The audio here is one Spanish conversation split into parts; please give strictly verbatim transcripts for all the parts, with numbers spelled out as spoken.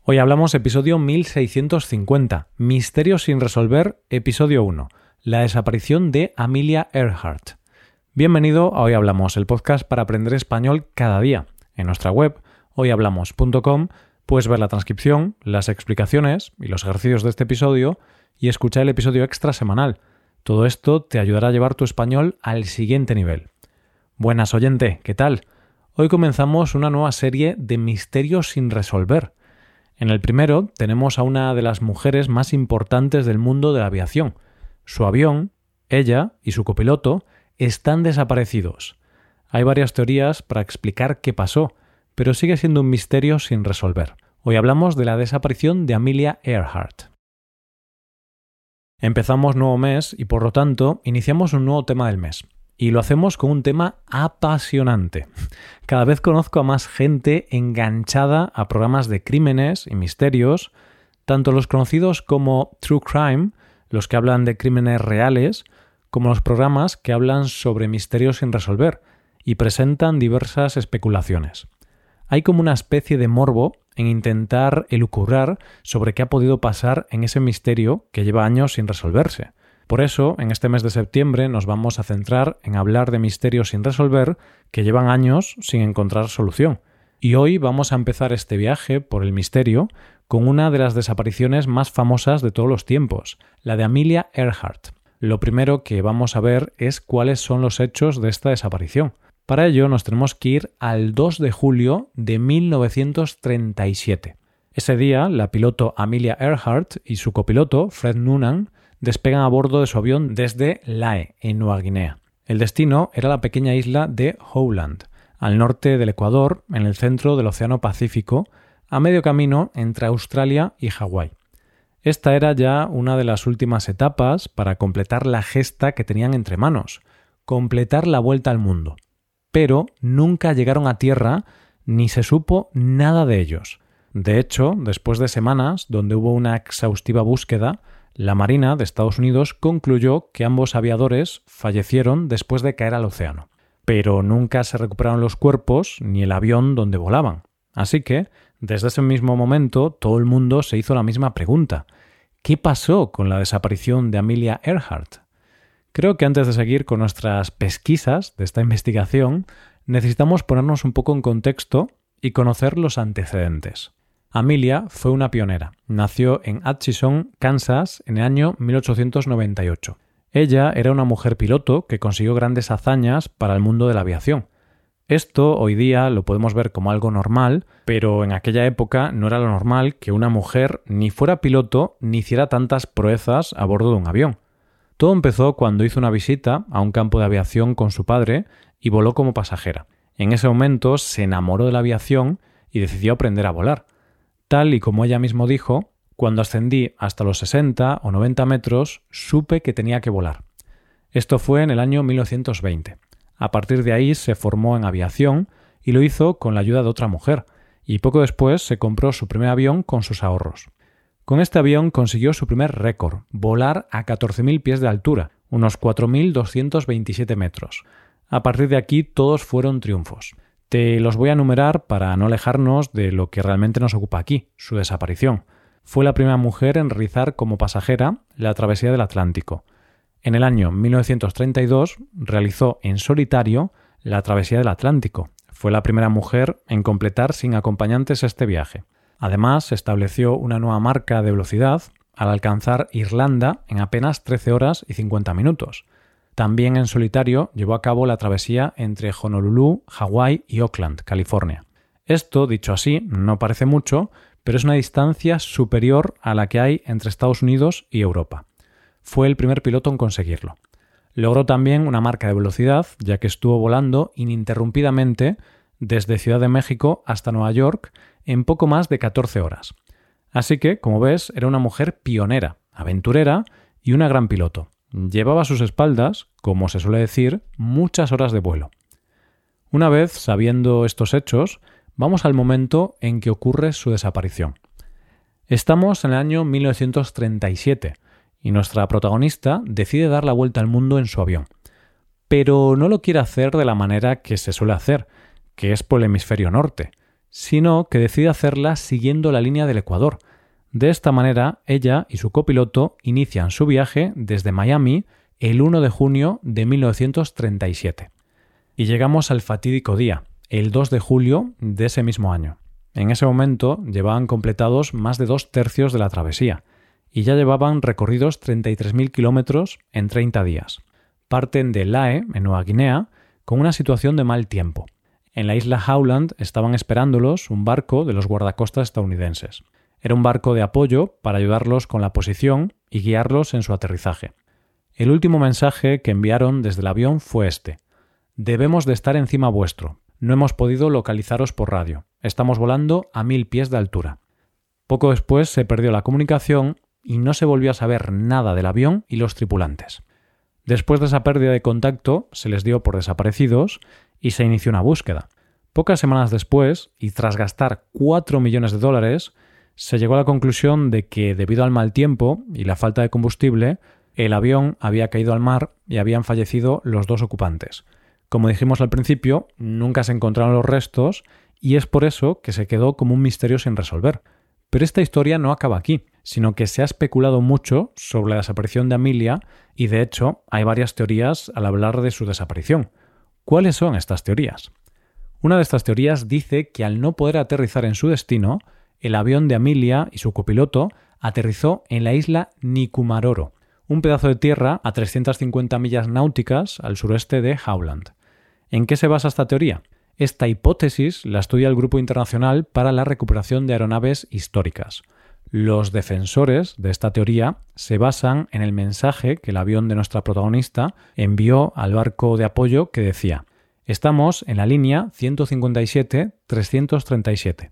Hoy hablamos episodio mil seiscientos cincuenta, Misterios sin resolver, episodio uno, la desaparición de Amelia Earhart. Bienvenido a Hoy Hablamos, el podcast para aprender español cada día. En nuestra web, hoy hablamos punto com, puedes ver la transcripción, las explicaciones y los ejercicios de este episodio y escuchar el episodio extra semanal. Todo esto te ayudará a llevar tu español al siguiente nivel. Buenas, oyente, ¿qué tal? Hoy comenzamos una nueva serie de misterios sin resolver. En el primero tenemos a una de las mujeres más importantes del mundo de la aviación. Su avión, ella y su copiloto están desaparecidos. Hay varias teorías para explicar qué pasó, pero sigue siendo un misterio sin resolver. Hoy hablamos de la desaparición de Amelia Earhart. Empezamos nuevo mes y por lo tanto iniciamos un nuevo tema del mes. Y lo hacemos con un tema apasionante. Cada vez conozco a más gente enganchada a programas de crímenes y misterios, tanto los conocidos como True Crime, los que hablan de crímenes reales, como los programas que hablan sobre misterios sin resolver y presentan diversas especulaciones. Hay como una especie de morbo en intentar elucubrar sobre qué ha podido pasar en ese misterio que lleva años sin resolverse. Por eso, en este mes de septiembre nos vamos a centrar en hablar de misterios sin resolver que llevan años sin encontrar solución. Y hoy vamos a empezar este viaje por el misterio con una de las desapariciones más famosas de todos los tiempos, la de Amelia Earhart. Lo primero que vamos a ver es cuáles son los hechos de esta desaparición. Para ello nos tenemos que ir al dos de julio de mil novecientos treinta y siete. Ese día, la piloto Amelia Earhart y su copiloto, Fred Noonan, despegan a bordo de su avión desde Lae, en Nueva Guinea. El destino era la pequeña isla de Howland, al norte del Ecuador, en el centro del Océano Pacífico, a medio camino entre Australia y Hawái. Esta era ya una de las últimas etapas para completar la gesta que tenían entre manos, completar la vuelta al mundo. Pero nunca llegaron a tierra ni se supo nada de ellos. De hecho, después de semanas donde hubo una exhaustiva búsqueda, la Marina de Estados Unidos concluyó que ambos aviadores fallecieron después de caer al océano. Pero nunca se recuperaron los cuerpos ni el avión donde volaban. Así que, desde ese mismo momento, todo el mundo se hizo la misma pregunta. ¿Qué pasó con la desaparición de Amelia Earhart? Creo que antes de seguir con nuestras pesquisas de esta investigación, necesitamos ponernos un poco en contexto y conocer los antecedentes. Amelia fue una pionera. Nació en Atchison, Kansas, en el año mil ochocientos noventa y ocho. Ella era una mujer piloto que consiguió grandes hazañas para el mundo de la aviación. Esto hoy día lo podemos ver como algo normal, pero en aquella época no era lo normal que una mujer ni fuera piloto ni hiciera tantas proezas a bordo de un avión. Todo empezó cuando hizo una visita a un campo de aviación con su padre y voló como pasajera. En ese momento se enamoró de la aviación y decidió aprender a volar. Tal y como ella mismo dijo, cuando ascendí hasta los sesenta o noventa metros, supe que tenía que volar. Esto fue en el año mil novecientos veinte. A partir de ahí se formó en aviación y lo hizo con la ayuda de otra mujer, y poco después se compró su primer avión con sus ahorros. Con este avión consiguió su primer récord, volar a catorce mil pies de altura, unos cuatro mil doscientos veintisiete metros. A partir de aquí todos fueron triunfos. Te los voy a enumerar para no alejarnos de lo que realmente nos ocupa aquí, su desaparición. Fue la primera mujer en realizar como pasajera la travesía del Atlántico. En el año mil novecientos treinta y dos realizó en solitario la travesía del Atlántico. Fue la primera mujer en completar sin acompañantes este viaje. Además, estableció una nueva marca de velocidad al alcanzar Irlanda en apenas trece horas y cincuenta minutos. También en solitario llevó a cabo la travesía entre Honolulu, Hawái y Oakland, California. Esto, dicho así, no parece mucho, pero es una distancia superior a la que hay entre Estados Unidos y Europa. Fue el primer piloto en conseguirlo. Logró también una marca de velocidad, ya que estuvo volando ininterrumpidamente desde Ciudad de México hasta Nueva York en poco más de catorce horas. Así que, como ves, era una mujer pionera, aventurera y una gran piloto. Llevaba a sus espaldas, como se suele decir, muchas horas de vuelo. Una vez sabiendo estos hechos, vamos al momento en que ocurre su desaparición. Estamos en el año mil novecientos treinta y siete y nuestra protagonista decide dar la vuelta al mundo en su avión. Pero no lo quiere hacer de la manera que se suele hacer, que es por el hemisferio norte, sino que decide hacerla siguiendo la línea del Ecuador. De esta manera, ella y su copiloto inician su viaje desde Miami el primero de junio de mil novecientos treinta y siete. Y llegamos al fatídico día, el dos de julio de ese mismo año. En ese momento llevaban completados más de dos tercios de la travesía y ya llevaban recorridos treinta y tres mil kilómetros en treinta días. Parten de Lae, en Nueva Guinea, con una situación de mal tiempo. En la isla Howland estaban esperándolos un barco de los guardacostas estadounidenses. Era un barco de apoyo para ayudarlos con la posición y guiarlos en su aterrizaje. El último mensaje que enviaron desde el avión fue este: «Debemos de estar encima vuestro. No hemos podido localizaros por radio. Estamos volando a mil pies de altura». Poco después se perdió la comunicación y no se volvió a saber nada del avión y los tripulantes. Después de esa pérdida de contacto, se les dio por desaparecidos y se inició una búsqueda. Pocas semanas después, y tras gastar cuatro millones de dólares, se llegó a la conclusión de que, debido al mal tiempo y la falta de combustible, el avión había caído al mar y habían fallecido los dos ocupantes. Como dijimos al principio, nunca se encontraron los restos y es por eso que se quedó como un misterio sin resolver. Pero esta historia no acaba aquí, sino que se ha especulado mucho sobre la desaparición de Amelia y, de hecho, hay varias teorías al hablar de su desaparición. ¿Cuáles son estas teorías? Una de estas teorías dice que al no poder aterrizar en su destino, el avión de Amelia y su copiloto aterrizó en la isla Nikumaroro, un pedazo de tierra a trescientas cincuenta millas náuticas al suroeste de Howland. ¿En qué se basa esta teoría? Esta hipótesis la estudia el Grupo Internacional para la Recuperación de Aeronaves Históricas. Los defensores de esta teoría se basan en el mensaje que el avión de nuestra protagonista envió al barco de apoyo que decía: «Estamos en la línea ciento cincuenta y siete trescientos treinta y siete.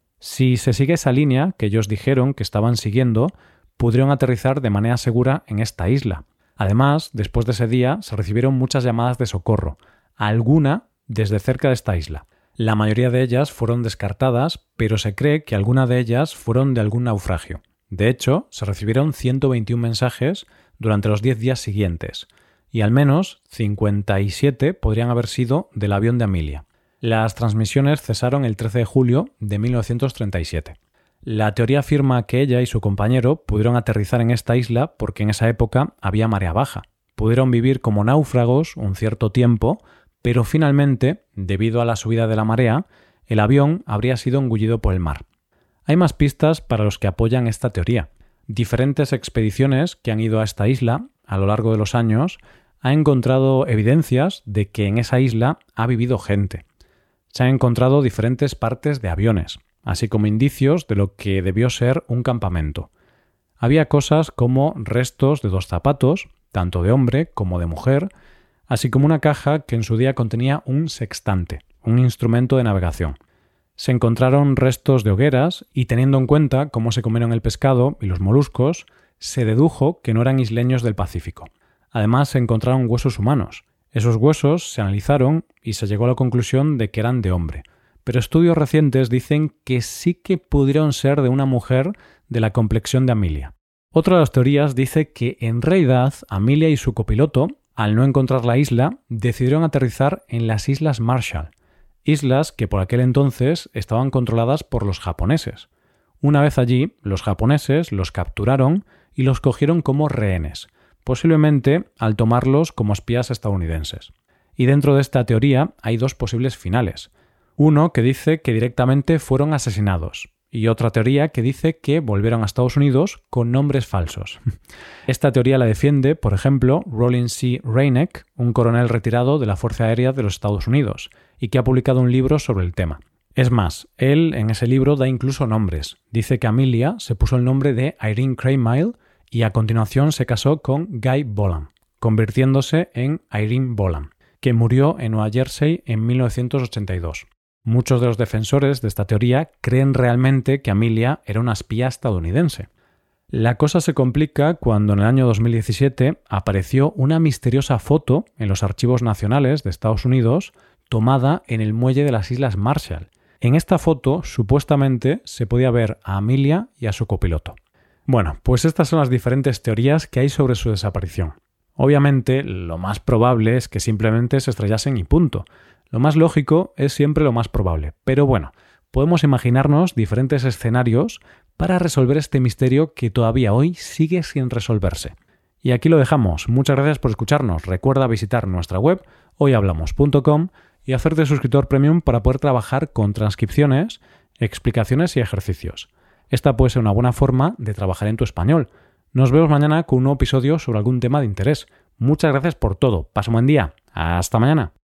Si se sigue esa línea que ellos dijeron que estaban siguiendo, pudieron aterrizar de manera segura en esta isla». Además, después de ese día se recibieron muchas llamadas de socorro, alguna desde cerca de esta isla. La mayoría de ellas fueron descartadas, pero se cree que algunas de ellas fueron de algún naufragio. De hecho, se recibieron ciento veintiún mensajes durante los diez días siguientes, y al menos cincuenta y siete podrían haber sido del avión de Amelia. Las transmisiones cesaron el trece de julio de mil novecientos treinta y siete. La teoría afirma que ella y su compañero pudieron aterrizar en esta isla porque en esa época había marea baja. Pudieron vivir como náufragos un cierto tiempo, pero finalmente, debido a la subida de la marea, el avión habría sido engullido por el mar. Hay más pistas para los que apoyan esta teoría. Diferentes expediciones que han ido a esta isla a lo largo de los años han encontrado evidencias de que en esa isla ha vivido gente. Se han encontrado diferentes partes de aviones, así como indicios de lo que debió ser un campamento. Había cosas como restos de dos zapatos, tanto de hombre como de mujer, así como una caja que en su día contenía un sextante, un instrumento de navegación. Se encontraron restos de hogueras y, teniendo en cuenta cómo se comieron el pescado y los moluscos, se dedujo que no eran isleños del Pacífico. Además, se encontraron huesos humanos. Esos huesos se analizaron y se llegó a la conclusión de que eran de hombre. Pero estudios recientes dicen que sí que pudieron ser de una mujer de la complexión de Amelia. Otra de las teorías dice que, en realidad, Amelia y su copiloto, al no encontrar la isla, decidieron aterrizar en las Islas Marshall, islas que por aquel entonces estaban controladas por los japoneses. Una vez allí, los japoneses los capturaron y los cogieron como rehenes, posiblemente al tomarlos como espías estadounidenses. Y dentro de esta teoría hay dos posibles finales. Uno que dice que directamente fueron asesinados, y otra teoría que dice que volvieron a Estados Unidos con nombres falsos. Esta teoría la defiende, por ejemplo, Rollin C. Reineck, un coronel retirado de la Fuerza Aérea de los Estados Unidos, y que ha publicado un libro sobre el tema. Es más, él en ese libro da incluso nombres. Dice que Amelia se puso el nombre de Irene Craymile y a continuación se casó con Guy Bolam, convirtiéndose en Irene Bolam, que murió en Nueva Jersey en mil novecientos ochenta y dos. Muchos de los defensores de esta teoría creen realmente que Amelia era una espía estadounidense. La cosa se complica cuando en el año dos mil diecisiete apareció una misteriosa foto en los archivos nacionales de Estados Unidos tomada en el muelle de las Islas Marshall. En esta foto supuestamente se podía ver a Amelia y a su copiloto. Bueno, pues estas son las diferentes teorías que hay sobre su desaparición. Obviamente, lo más probable es que simplemente se estrellasen y punto. Lo más lógico es siempre lo más probable, pero bueno, podemos imaginarnos diferentes escenarios para resolver este misterio que todavía hoy sigue sin resolverse. Y aquí lo dejamos. Muchas gracias por escucharnos. Recuerda visitar nuestra web hoy hablamos punto com y hacerte suscriptor premium para poder trabajar con transcripciones, explicaciones y ejercicios. Esta puede ser una buena forma de trabajar en tu español. Nos vemos mañana con un nuevo episodio sobre algún tema de interés. Muchas gracias por todo. Pasa un buen día. Hasta mañana.